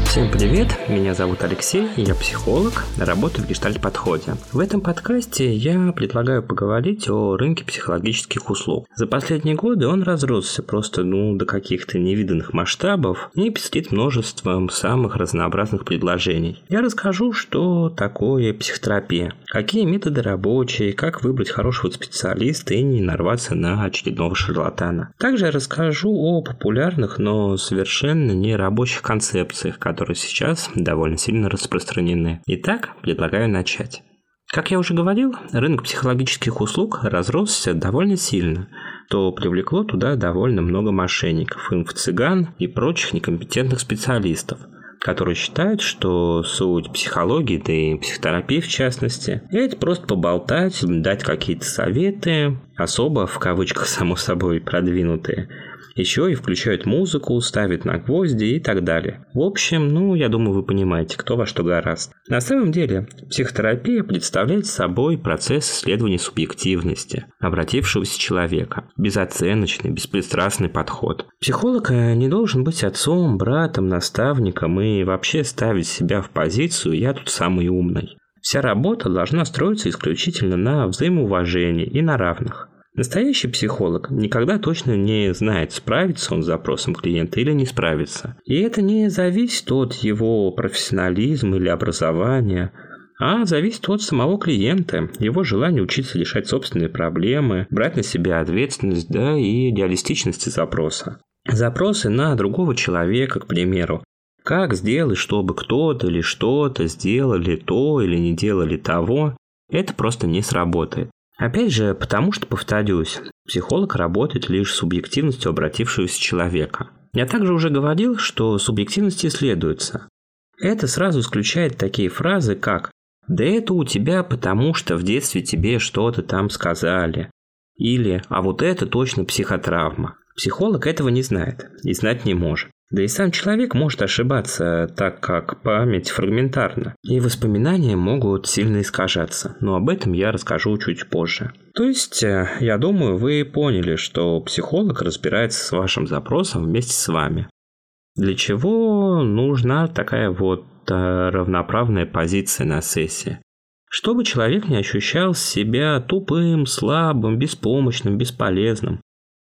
Всем привет, меня зовут Алексей, я психолог, работаю в гештальт-подходе. В этом подкасте я предлагаю поговорить о рынке психологических услуг. За последние годы он разросся просто до каких-то невиданных масштабов и пестрит множеством самых разнообразных предложений. Я расскажу, что такое психотерапия, какие методы рабочие, как выбрать хорошего специалиста и не нарваться на очередного шарлатана. Также я расскажу о популярных, но совершенно не рабочих концепциях, которые сейчас довольно сильно распространены. Итак, предлагаю начать. Как я уже говорил, рынок психологических услуг разросся довольно сильно, что привлекло туда довольно много мошенников, инфо-цыган и прочих некомпетентных специалистов, которые считают, что суть психологии, да и психотерапии в частности, это просто поболтать, дать какие-то советы, особо в кавычках само собой продвинутые, еще и включают музыку, ставят на гвозди и так далее. В общем, я думаю, вы понимаете, кто во что горазд. На самом деле, психотерапия представляет собой процесс исследования субъективности обратившегося человека. Безоценочный, беспристрастный подход. Психолог не должен быть отцом, братом, наставником и вообще ставить себя в позицию «я тут самый умный». Вся работа должна строиться исключительно на взаимоуважении и на равных. Настоящий психолог никогда точно не знает, справится он с запросом клиента или не справится. И это не зависит от его профессионализма или образования, а зависит от самого клиента, его желания учиться решать собственные проблемы, брать на себя ответственность, и реалистичности запроса. Запросы на другого человека, к примеру. Как сделать, чтобы кто-то или что-то сделали то или не делали того, это просто не сработает. Опять же, потому что, повторюсь, психолог работает лишь с субъективностью обратившегося человека. Я также уже говорил, что субъективность исследуется. Это сразу исключает такие фразы, как «да это у тебя потому, что в детстве тебе что-то там сказали» или «а вот это точно психотравма». Психолог этого не знает и знать не может. Да и сам человек может ошибаться, так как память фрагментарна, и воспоминания могут сильно искажаться, но об этом я расскажу чуть позже. То есть, я думаю, вы поняли, что психолог разбирается с вашим запросом вместе с вами. Для чего нужна такая равноправная позиция на сессии? Чтобы человек не ощущал себя тупым, слабым, беспомощным, бесполезным.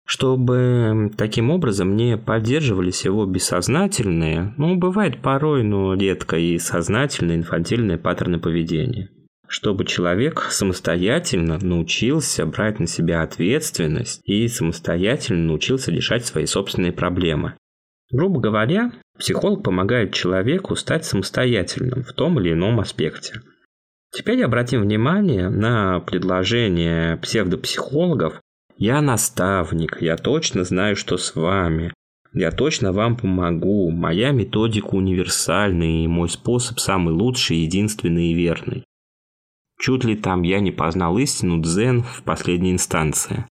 Чтобы таким образом не поддерживались его бессознательные, бывает порой, но редко, и сознательные инфантильные паттерны поведения. Чтобы человек самостоятельно научился брать на себя ответственность и самостоятельно научился решать свои собственные проблемы. Грубо говоря, психолог помогает человеку стать самостоятельным в том или ином аспекте. Теперь обратим внимание на предложение псевдопсихологов: «Я наставник, я точно знаю, что с вами, я точно вам помогу, моя методика универсальна и мой способ самый лучший, единственный и верный». Чуть ли там я не познал истину дзен в последней инстанции.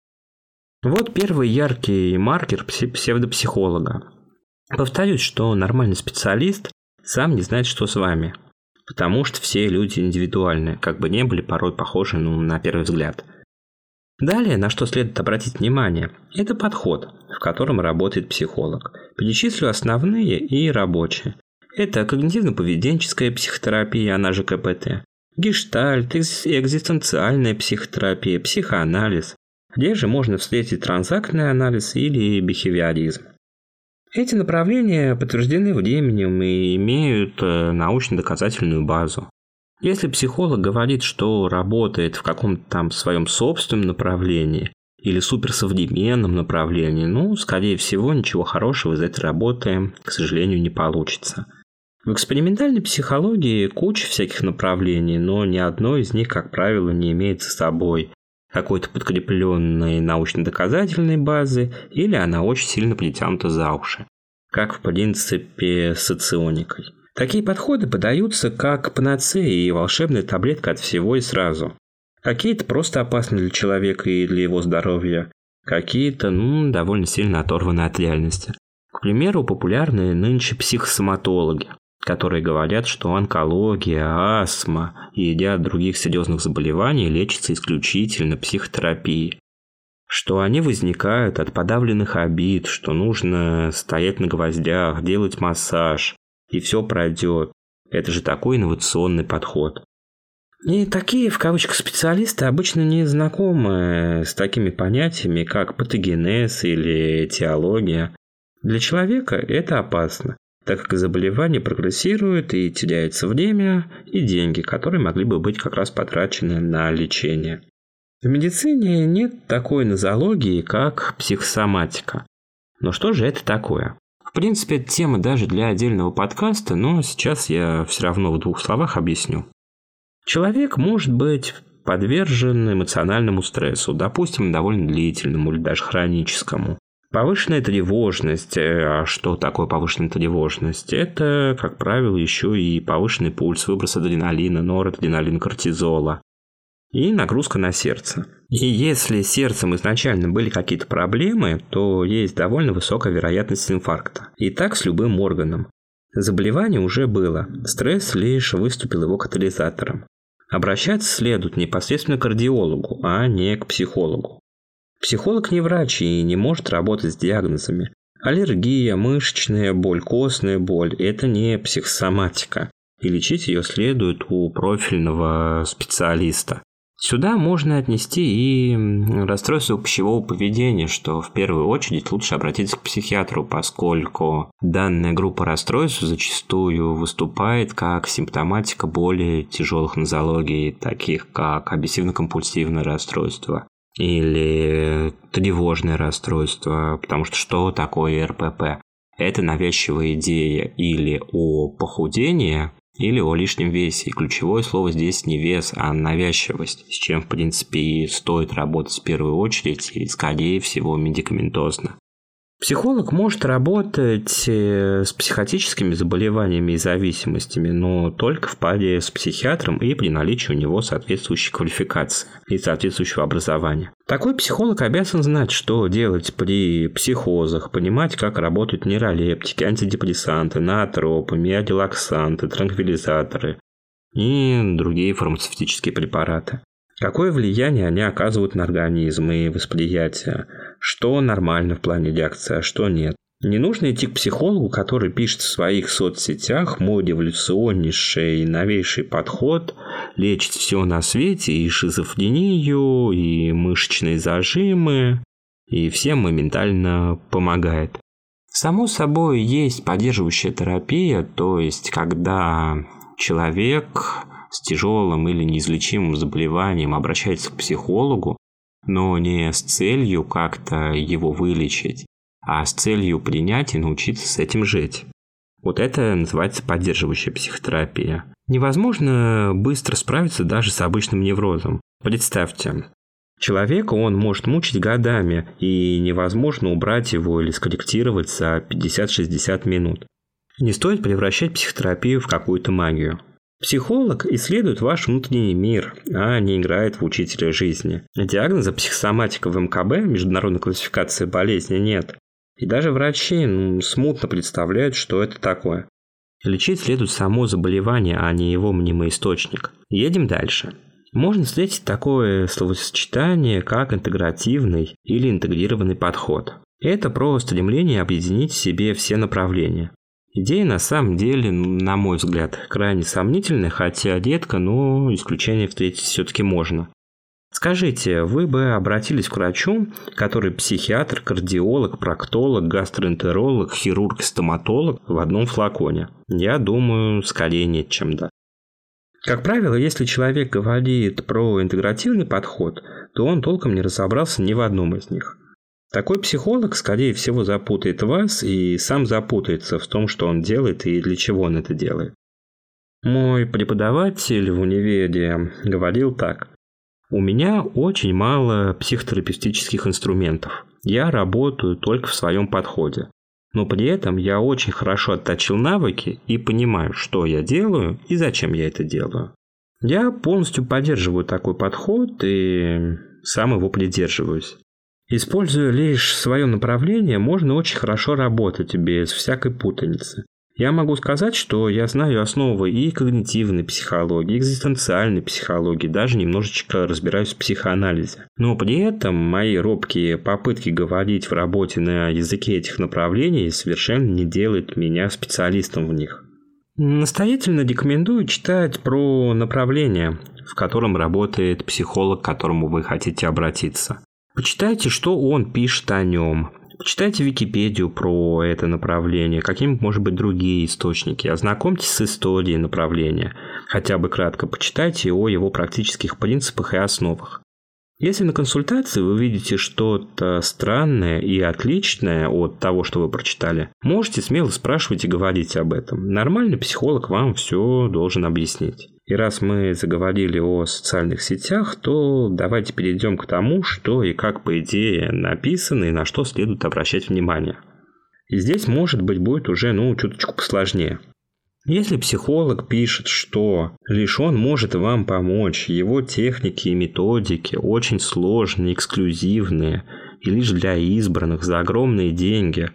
Вот первый яркий маркер псевдопсихолога. Повторюсь, что нормальный специалист сам не знает, что с вами, потому что все люди индивидуальны, как бы не были порой похожи на первый взгляд. Далее, на что следует обратить внимание, это подход, в котором работает психолог. Перечислю основные и рабочие. Это когнитивно-поведенческая психотерапия, она же КПТ, гештальт, экзистенциальная психотерапия, психоанализ, где же можно встретить транзактный анализ или бихевиоризм. Эти направления подтверждены временем и имеют научно-доказательную базу. Если психолог говорит, что работает в каком-то там своем собственном направлении или суперсовременном направлении, скорее всего, ничего хорошего из этой работы, к сожалению, не получится. В экспериментальной психологии куча всяких направлений, но ни одно из них, как правило, не имеет с собой какой-то подкрепленной научно-доказательной базы, или она очень сильно притянута за уши, как в принципе с соционикой. Такие подходы подаются как панацея и волшебная таблетка от всего и сразу. Какие-то просто опасны для человека и для его здоровья, какие-то, довольно сильно оторваны от реальности. К примеру, популярные нынче психосоматологи, которые говорят, что онкология, астма и ряд других серьезных заболеваний лечатся исключительно психотерапией. Что они возникают от подавленных обид, что нужно стоять на гвоздях, делать массаж, и все пройдет. Это же такой инновационный подход. И такие, в кавычках, специалисты обычно не знакомы с такими понятиями, как патогенез или этиология. Для человека это опасно, так как заболевание прогрессирует и теряется время и деньги, которые могли бы быть как раз потрачены на лечение. В медицине нет такой нозологии, как психосоматика. Но что же это такое? В принципе, это тема даже для отдельного подкаста, но сейчас я все равно в 2 словах объясню. Человек может быть подвержен эмоциональному стрессу, допустим, довольно длительному или даже хроническому. Повышенная тревожность. А что такое повышенная тревожность? Это, как правило, еще и повышенный пульс, выброс адреналина, норадреналина, кортизола и нагрузка на сердце. И если с сердцем изначально были какие-то проблемы, то есть довольно высокая вероятность инфаркта. И так с любым органом. Заболевание уже было, стресс лишь выступил его катализатором. Обращаться следует непосредственно к кардиологу, а не к психологу. Психолог не врач и не может работать с диагнозами. Аллергия, мышечная боль, костная боль – это не психосоматика, и лечить ее следует у профильного специалиста. Сюда можно отнести и расстройство пищевого поведения, что в первую очередь лучше обратиться к психиатру, поскольку данная группа расстройств зачастую выступает как симптоматика более тяжелых нозологий, таких как обсессивно-компульсивное расстройство или тревожное расстройство, потому что такое РПП? Это навязчивая идея или о похудении, или о лишнем весе. И ключевое слово здесь не вес, а навязчивость, с чем, в принципе, и стоит работать в первую очередь, и, скорее всего, медикаментозно. Психолог может работать с психотическими заболеваниями и зависимостями, но только в паре с психиатром и при наличии у него соответствующей квалификации и соответствующего образования. Такой психолог обязан знать, что делать при психозах, понимать, как работают нейролептики, антидепрессанты, ноотропы, миодилаксанты, транквилизаторы и другие фармацевтические препараты. Какое влияние они оказывают на организм и восприятие, что нормально в плане реакции, а что нет. Не нужно идти к психологу, который пишет в своих соцсетях мой революционнейший и новейший подход, лечит все на свете, и шизофрению, и мышечные зажимы, и всем моментально помогает. Само собой, есть поддерживающая терапия, то есть когда человек с тяжелым или неизлечимым заболеванием обращается к психологу, но не с целью как-то его вылечить, а с целью принять и научиться с этим жить. Вот это называется поддерживающая психотерапия. Невозможно быстро справиться даже с обычным неврозом. Представьте, человека он может мучить годами, и невозможно убрать его или скорректировать за 50-60 минут. Не стоит превращать психотерапию в какую-то магию. Психолог исследует ваш внутренний мир, а не играет в учителя жизни. Диагноза психосоматика в МКБ, международной классификации болезни, нет. И даже врачи смутно представляют, что это такое. Лечить следует само заболевание, а не его мнимый источник. Едем дальше. Можно встретить такое словосочетание, как интегративный или интегрированный подход. Это про стремление объединить в себе все направления. Идея на самом деле, на мой взгляд, крайне сомнительная, хотя редко, но исключение встретить все-таки можно. Скажите, вы бы обратились к врачу, который психиатр, кардиолог, проктолог, гастроэнтеролог, хирург и стоматолог в одном флаконе? Я думаю, скорее нет, чем да. Как правило, если человек говорит про интегративный подход, то он толком не разобрался ни в одном из них. Такой психолог, скорее всего, запутает вас и сам запутается в том, что он делает и для чего он это делает. Мой преподаватель в универе говорил так. У меня очень мало психотерапевтических инструментов. Я работаю только в своем подходе. Но при этом я очень хорошо отточил навыки и понимаю, что я делаю и зачем я это делаю. Я полностью поддерживаю такой подход и сам его придерживаюсь. Используя лишь свое направление, можно очень хорошо работать без всякой путаницы. Я могу сказать, что я знаю основы и когнитивной психологии, и экзистенциальной психологии, даже немножечко разбираюсь в психоанализе. Но при этом мои робкие попытки говорить в работе на языке этих направлений совершенно не делают меня специалистом в них. Настоятельно рекомендую читать про направление, в котором работает психолог, к которому вы хотите обратиться. Почитайте, что он пишет о нем. Почитайте Википедию про это направление, какими, может быть, другие источники. Ознакомьтесь с историей направления. Хотя бы кратко почитайте о его практических принципах и основах. Если на консультации вы видите что-то странное и отличное от того, что вы прочитали, можете смело спрашивать и говорить об этом. Нормальный психолог вам все должен объяснить. И раз мы заговорили о социальных сетях, то давайте перейдем к тому, что и как, по идее, написано и на что следует обращать внимание. И здесь, может быть, будет уже, чуточку посложнее. Если психолог пишет, что лишь он может вам помочь, его техники и методики очень сложные, эксклюзивные и лишь для избранных за огромные деньги,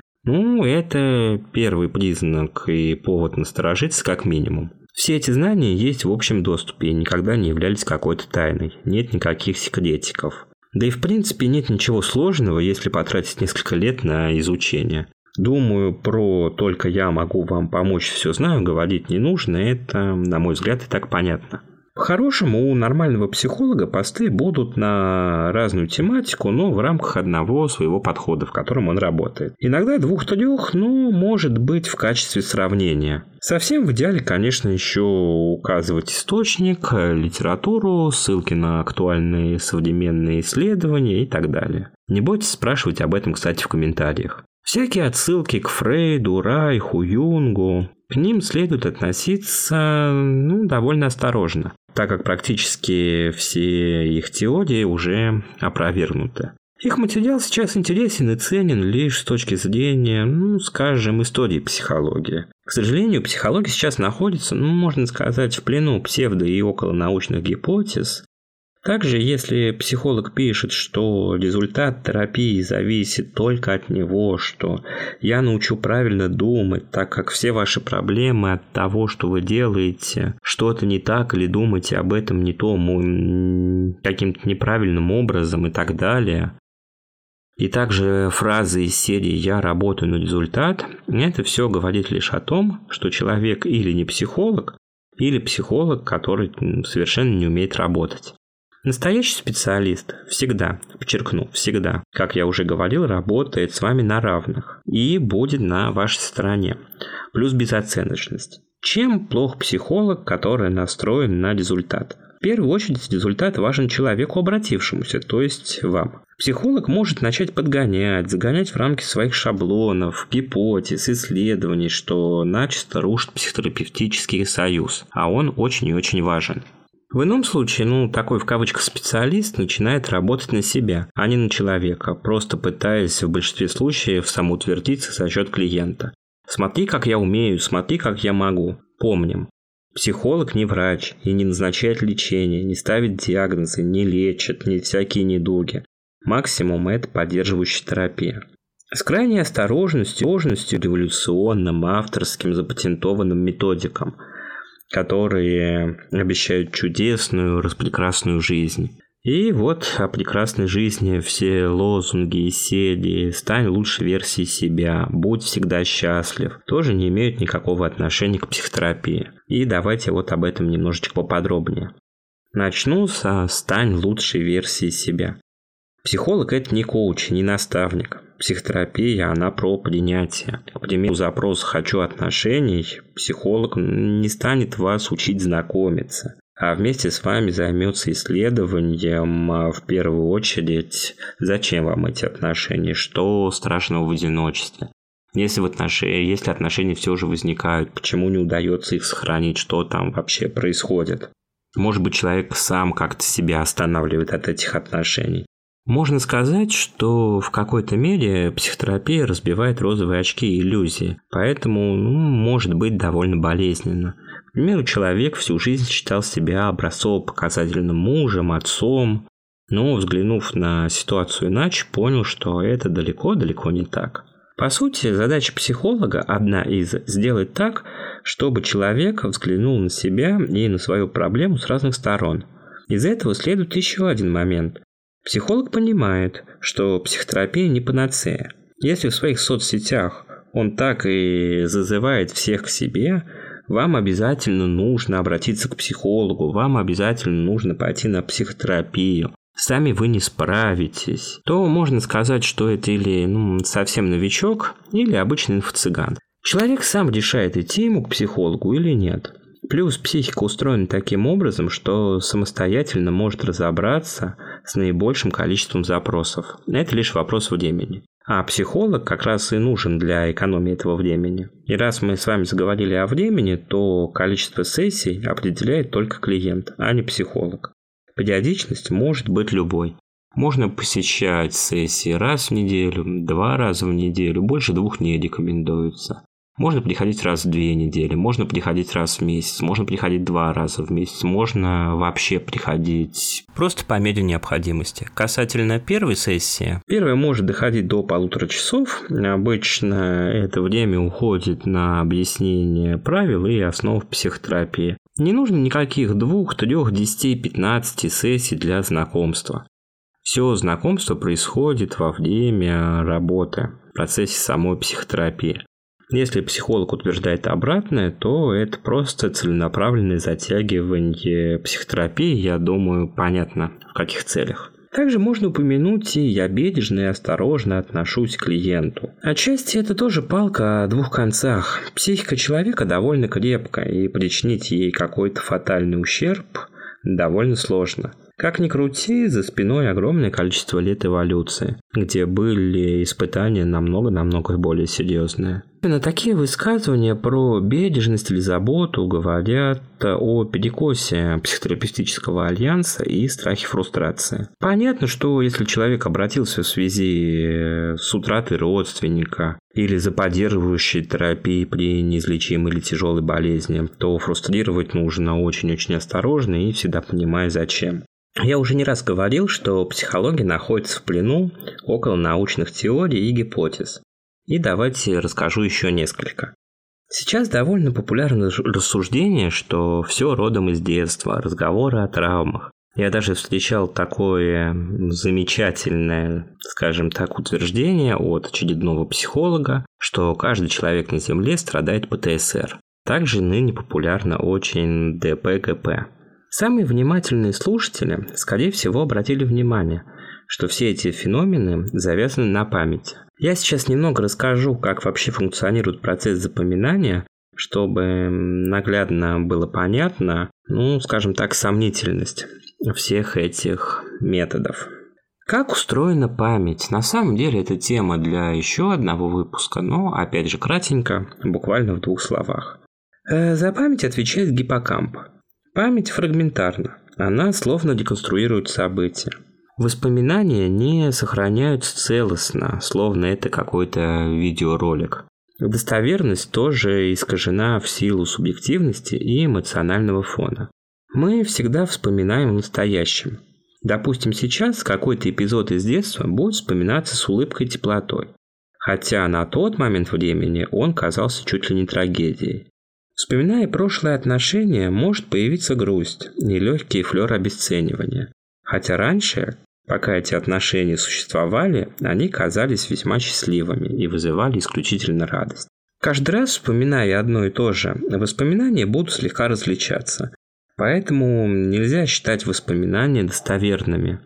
это первый признак и повод насторожиться как минимум. Все эти знания есть в общем доступе и никогда не являлись какой-то тайной, нет никаких секретиков. Да и в принципе нет ничего сложного, если потратить несколько лет на изучение. Думаю, про «только я могу вам помочь, все знаю» говорить не нужно, это, на мой взгляд, и так понятно. По-хорошему, у нормального психолога посты будут на разную тематику, но в рамках одного своего подхода, в котором он работает. Иногда 2-3, может быть в качестве сравнения. Совсем в идеале, конечно, еще указывать источник, литературу, ссылки на актуальные современные исследования и так далее. Не бойтесь спрашивать об этом, кстати, в комментариях. Всякие отсылки к Фрейду, Райху, Юнгу, к ним следует относиться довольно осторожно, так как практически все их теории уже опровергнуты. Их материал сейчас интересен и ценен лишь с точки зрения, истории психологии. К сожалению, психология сейчас находится, можно сказать, в плену псевдо- и околонаучных гипотез. Также, если психолог пишет, что результат терапии зависит только от него, что я научу правильно думать, так как все ваши проблемы от того, что вы делаете, что-то не так или думаете об этом не том, каким-то неправильным образом и так далее. И также фразы из серии «я работаю на результат» – это все говорит лишь о том, что человек или не психолог, или психолог, который совершенно не умеет работать. Настоящий специалист всегда, подчеркну, всегда, как я уже говорил, работает с вами на равных и будет на вашей стороне. Плюс безоценочность. Чем плох психолог, который настроен на результат? В первую очередь результат важен человеку, обратившемуся, то есть вам. Психолог может начать подгонять, загонять в рамки своих шаблонов, гипотез, исследований, что начисто рушит психотерапевтический союз, а он очень и очень важен. В ином случае, такой в кавычках специалист начинает работать на себя, а не на человека, просто пытаясь в большинстве случаев самоутвердиться за счет клиента. Смотри, как я умею, смотри, как я могу. Помним, психолог не врач и не назначает лечение, не ставит диагнозы, не лечит, не всякие недуги. Максимум это поддерживающая терапия. С крайней осторожностью, революционным, авторским, запатентованным методикам, которые обещают чудесную, распрекрасную жизнь. И вот о прекрасной жизни все лозунги из серии «Стань лучшей версией себя», «Будь всегда счастлив» тоже не имеют никакого отношения к психотерапии. И давайте об этом немножечко поподробнее. Начну со «Стань лучшей версией себя». Психолог – это не коуч, не наставник. Психотерапия, она про принятие. К примеру, запрос «хочу отношений», психолог не станет вас учить знакомиться, а вместе с вами займется исследованием в первую очередь, зачем вам эти отношения, что страшного в одиночестве. Если отношения все же возникают, почему не удается их сохранить, что там вообще происходит. Может быть, человек сам как-то себя останавливает от этих отношений. Можно сказать, что в какой-то мере психотерапия разбивает розовые очки и иллюзии, поэтому может быть довольно болезненно. К примеру, человек всю жизнь считал себя образцово-показательным мужем, отцом, но, взглянув на ситуацию иначе, понял, что это далеко-далеко не так. По сути, задача психолога одна из – сделать так, чтобы человек взглянул на себя и на свою проблему с разных сторон. Из этого следует еще один момент. Психолог понимает, что психотерапия не панацея. Если в своих соцсетях он так и зазывает всех к себе, вам обязательно нужно обратиться к психологу, вам обязательно нужно пойти на психотерапию, сами вы не справитесь, то можно сказать, что это или совсем новичок, или обычный инфо-цыган. Человек сам решает, идти ему к психологу или нет. Плюс психика устроена таким образом, что самостоятельно может разобраться с наибольшим количеством запросов. Это лишь вопрос времени. А психолог как раз и нужен для экономии этого времени. И раз мы с вами заговорили о времени, то количество сессий определяет только клиент, а не психолог. Периодичность может быть любой. Можно посещать сессии раз в неделю, 2 раза в неделю, больше 2 не рекомендуется. Можно приходить раз в 2 недели, можно приходить раз в месяц, можно приходить 2 раза в месяц, можно вообще приходить просто по мере необходимости. Касательно первой сессии, первая может доходить до 1,5 часов. Обычно это время уходит на объяснение правил и основ психотерапии. Не нужно никаких 2, 3, 10, 15 сессий для знакомства. Все знакомство происходит во время работы, в процессе самой психотерапии. Если психолог утверждает обратное, то это просто целенаправленное затягивание психотерапии, я думаю, понятно, в каких целях. Также можно упомянуть, и я бережно и осторожно отношусь к клиенту. Отчасти это тоже палка о 2 концах. Психика человека довольно крепкая, и причинить ей какой-то фатальный ущерб довольно сложно. Как ни крути, за спиной огромное количество лет эволюции, где были испытания намного более серьезные. Именно такие высказывания про бережность или заботу говорят о перекосе психотерапевтического альянса и страхе фрустрации. Понятно, что если человек обратился в связи с утратой родственника или за поддерживающей терапией при неизлечимой или тяжелой болезни, то фрустрировать нужно очень-очень осторожно и всегда понимая зачем. Я уже не раз говорил, что психология находится в плену около научных теорий и гипотез. И давайте расскажу еще несколько. Сейчас довольно популярно рассуждение, что все родом из детства, разговоры о травмах. Я даже встречал такое замечательное, скажем так, утверждение от очередного психолога, что каждый человек на Земле страдает ПТСР. Также ныне популярно очень ДП-ГП. Самые внимательные слушатели, скорее всего, обратили внимание, что все эти феномены завязаны на памяти. Я сейчас немного расскажу, как вообще функционирует процесс запоминания, чтобы наглядно было понятно, скажем так, сомнительность всех этих методов. Как устроена память? На самом деле это тема для еще одного выпуска, но опять же кратенько, буквально в 2 словах. За память отвечает гиппокамп. Память фрагментарна, она словно деконструирует события. Воспоминания не сохраняются целостно, словно это какой-то видеоролик. Достоверность тоже искажена в силу субъективности и эмоционального фона. Мы всегда вспоминаем в настоящем. Допустим, сейчас какой-то эпизод из детства будет вспоминаться с улыбкой и теплотой, хотя на тот момент времени он казался чуть ли не трагедией. Вспоминая прошлые отношения, может появиться грусть и легкий флер обесценивания. Хотя раньше, пока эти отношения существовали, они казались весьма счастливыми и вызывали исключительно радость. Каждый раз, вспоминая одно и то же, воспоминания будут слегка различаться. Поэтому нельзя считать воспоминания достоверными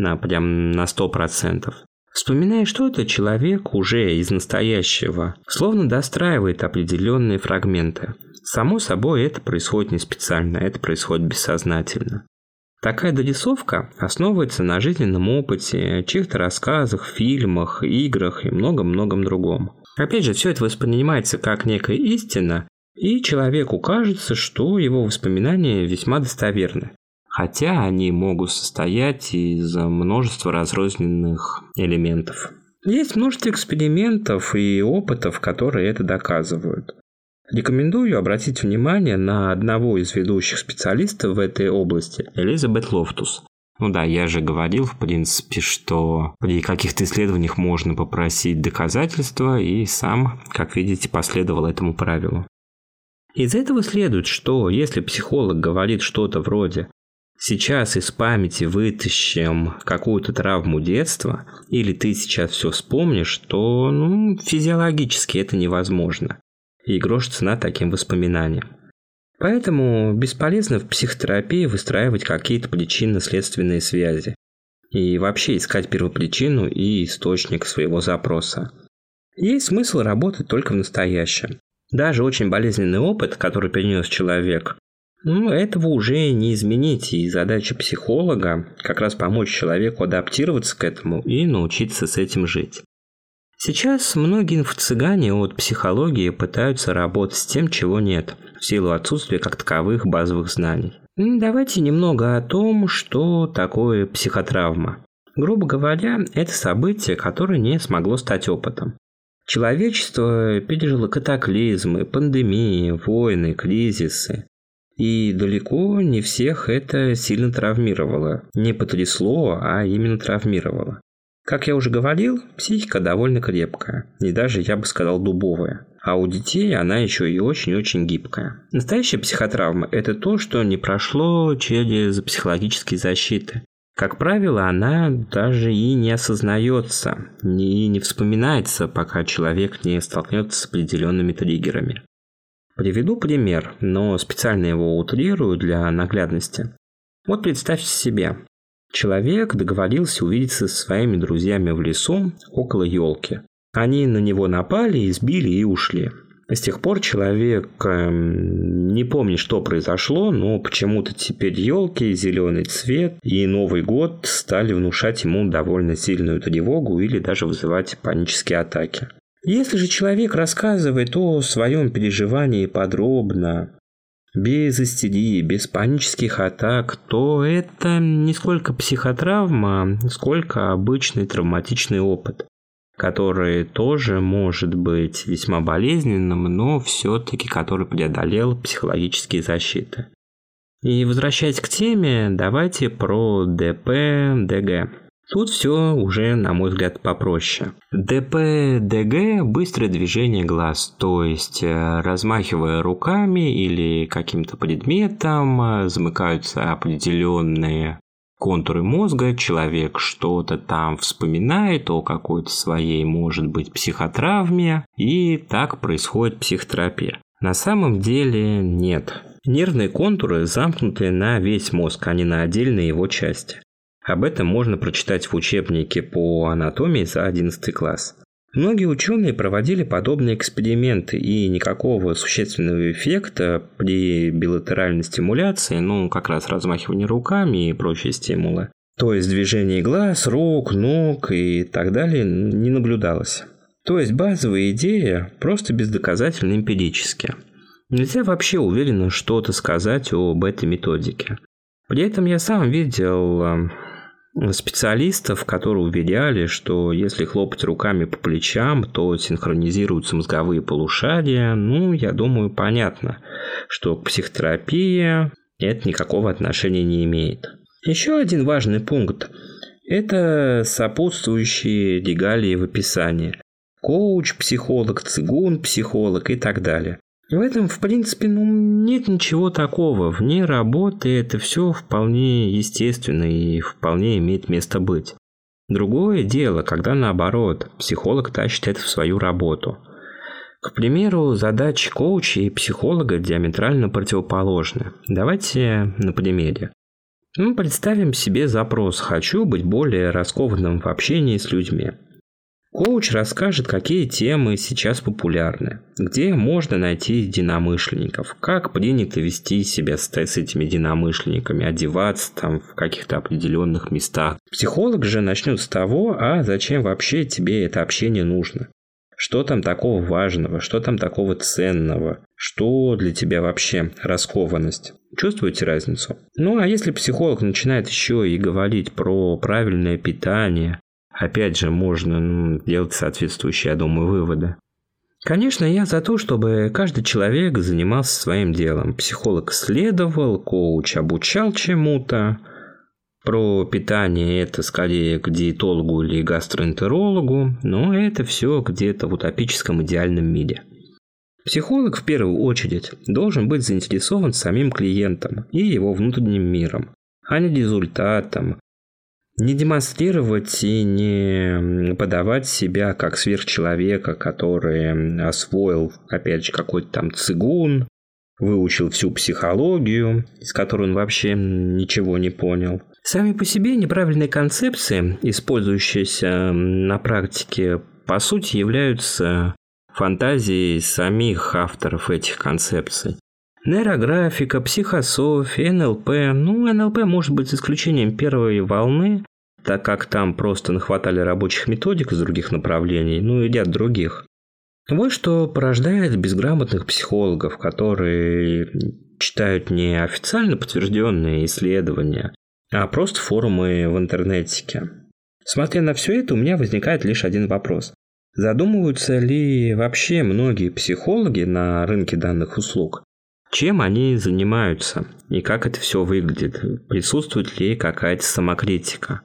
прям на 100%. Вспоминая что-то, человек уже из настоящего словно достраивает определенные фрагменты. Само собой, это происходит не специально, это происходит бессознательно. Такая дорисовка основывается на жизненном опыте, чьих-то рассказах, фильмах, играх и многом-многом другом. Опять же, все это воспринимается как некая истина, и человеку кажется, что его воспоминания весьма достоверны. Хотя они могут состоять из множества разрозненных элементов. Есть множество экспериментов и опытов, которые это доказывают. Рекомендую обратить внимание на одного из ведущих специалистов в этой области, Элизабет Лофтус. Я же говорил, в принципе, что при каких-то исследованиях можно попросить доказательства, и сам, как видите, последовал этому правилу. Из этого следует, что если психолог говорит что-то вроде «сейчас из памяти вытащим какую-то травму детства» или «ты сейчас все вспомнишь», то физиологически это невозможно. И грош цена таким воспоминаниям. Поэтому бесполезно в психотерапии выстраивать какие-то причинно-следственные связи и вообще искать первопричину и источник своего запроса. Есть смысл работать только в настоящем. Даже очень болезненный опыт, который перенес человек, этого уже не изменить, и задача психолога как раз помочь человеку адаптироваться к этому и научиться с этим жить. Сейчас многие инфо-цыгане от психологии пытаются работать с тем, чего нет, в силу отсутствия как таковых базовых знаний. Давайте немного о том, что такое психотравма. Грубо говоря, это событие, которое не смогло стать опытом. Человечество пережило катаклизмы, пандемии, войны, кризисы. И далеко не всех это сильно травмировало. Не потрясло, а именно травмировало. Как я уже говорил, психика довольно крепкая. И даже, я бы сказал, дубовая. А у детей она еще и очень-очень гибкая. Настоящая психотравма – это то, что не прошло через психологические защиты. Как правило, она даже и не осознается, и не вспоминается, пока человек не столкнется с определенными триггерами. Приведу пример, но специально его утрирую для наглядности. Вот представьте себе, человек договорился увидеться со своими друзьями в лесу около елки. Они на него напали, избили и ушли. С тех пор человек не помнит, что произошло, но почему-то теперь елки, зеленый цвет и Новый год стали внушать ему довольно сильную тревогу или даже вызывать панические атаки. Если же человек рассказывает о своем переживании подробно, без истерии, без панических атак, то это не сколько психотравма, сколько обычный травматичный опыт, который тоже может быть весьма болезненным, но все-таки который преодолел психологические защиты. И возвращаясь к теме, давайте про ДП, ДГ. Тут все уже, на мой взгляд, попроще. ДП, ДГ – быстрое движение глаз, то есть размахивая руками или каким-то предметом, замыкаются определенные контуры мозга, человек что-то там вспоминает о какой-то своей, может быть, психотравме, и так происходит психотерапия. На самом деле нет. Нервные контуры замкнуты на весь мозг, а не на отдельные его части. Об этом можно прочитать в учебнике по анатомии за 11 класс. Многие ученые проводили подобные эксперименты, и никакого существенного эффекта при билатеральной стимуляции, как раз размахивание руками и прочие стимулы, то есть движение глаз, рук, ног и так далее, не наблюдалось. То есть базовая идея просто бездоказательно эмпирически. Нельзя вообще уверенно что-то сказать об этой методике. При этом я сам видел специалистов, которые уверяли, что если хлопать руками по плечам, то синхронизируются мозговые полушария. Я думаю, понятно, что к психотерапии это никакого отношения не имеет. Еще один важный пункт – это сопутствующие регалии в описании. Коуч, психолог, цигун, психолог и так далее. В этом, в принципе, нет ничего такого. Вне работы это все вполне естественно и вполне имеет место быть. Другое дело, когда наоборот, психолог тащит это в свою работу. К примеру, задачи коуча и психолога диаметрально противоположны. Давайте на примере. Представим себе запрос «хочу быть более раскованным в общении с людьми». Коуч расскажет, какие темы сейчас популярны, где можно найти единомышленников, как принято вести себя с этими единомышленниками, одеваться там в каких-то определенных местах. Психолог же начнет с того, зачем вообще тебе это общение нужно? Что там такого важного, что там такого ценного, что для тебя вообще раскованность? Чувствуете разницу? А если психолог начинает еще и говорить про правильное питание, опять же, можно делать соответствующие, я думаю, выводы. Конечно, я за то, чтобы каждый человек занимался своим делом. Психолог исследовал, коуч обучал чему-то. Про питание это скорее к диетологу или гастроэнтерологу, но это все где-то в утопическом идеальном мире. Психолог в первую очередь должен быть заинтересован самим клиентом и его внутренним миром, а не результатом. Не демонстрировать и не подавать себя как сверхчеловека, который освоил, опять же, какой-то там цигун, выучил всю психологию, из которой он вообще ничего не понял. Сами по себе неправильные концепции, использующиеся на практике, по сути являются фантазией самих авторов этих концепций. Нейрографика, психософия, НЛП. НЛП может быть исключением первой волны, так как там просто нахватали рабочих методик из других направлений, и ряд других. Вот что порождает безграмотных психологов, которые читают не официально подтвержденные исследования, а просто форумы в интернете. Смотря на все это, у меня возникает лишь один вопрос. Задумываются ли вообще многие психологи на рынке данных услуг? Чем они занимаются и как это все выглядит? Присутствует ли какая-то самокритика?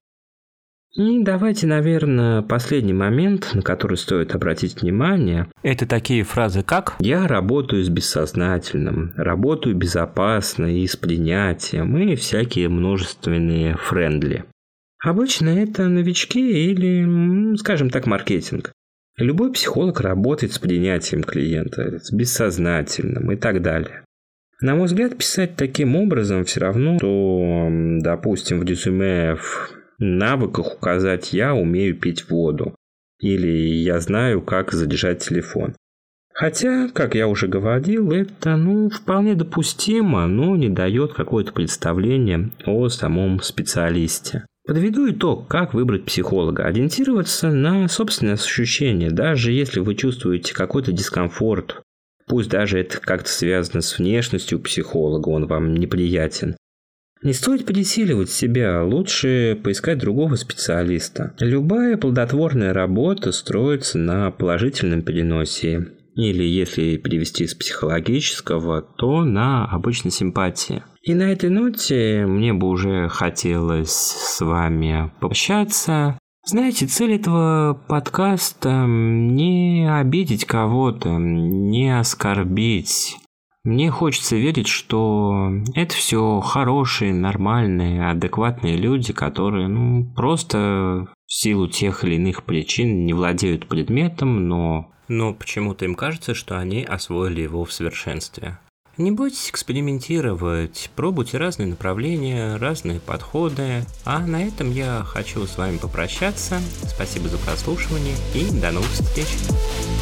И давайте, наверное, последний момент, на который стоит обратить внимание. Это такие фразы, как «я работаю с бессознательным», «работаю безопасно и с принятием» и всякие множественные френдли. Обычно это новички или, скажем так, маркетинг. Любой психолог работает с принятием клиента, с бессознательным и так далее. На мой взгляд, писать таким образом все равно, что, допустим, в резюме в навыках указать «я умею пить воду» или «я знаю, как заряжать телефон». Хотя, как я уже говорил, это вполне допустимо, но не дает какое-то представление о самом специалисте. Подведу итог, как выбрать психолога. Ориентироваться на собственное ощущение, даже если вы чувствуете какой-то дискомфорт. Пусть даже это как-то связано с внешностью психолога, он вам неприятен. Не стоит пересиливать себя, лучше поискать другого специалиста. Любая плодотворная работа строится на положительном переносе. Или, если перевести с психологического, то на обычной симпатии. И на этой ноте мне бы уже хотелось с вами пообщаться. Знаете, цель этого подкаста не обидеть кого-то, не оскорбить. Мне хочется верить, что это все хорошие, нормальные, адекватные люди, которые, просто в силу тех или иных причин не владеют предметом, но почему-то им кажется, что они освоили его в совершенстве. Не бойтесь экспериментировать, пробуйте разные направления, разные подходы. А на этом я хочу с вами попрощаться. Спасибо за прослушивание и до новых встреч!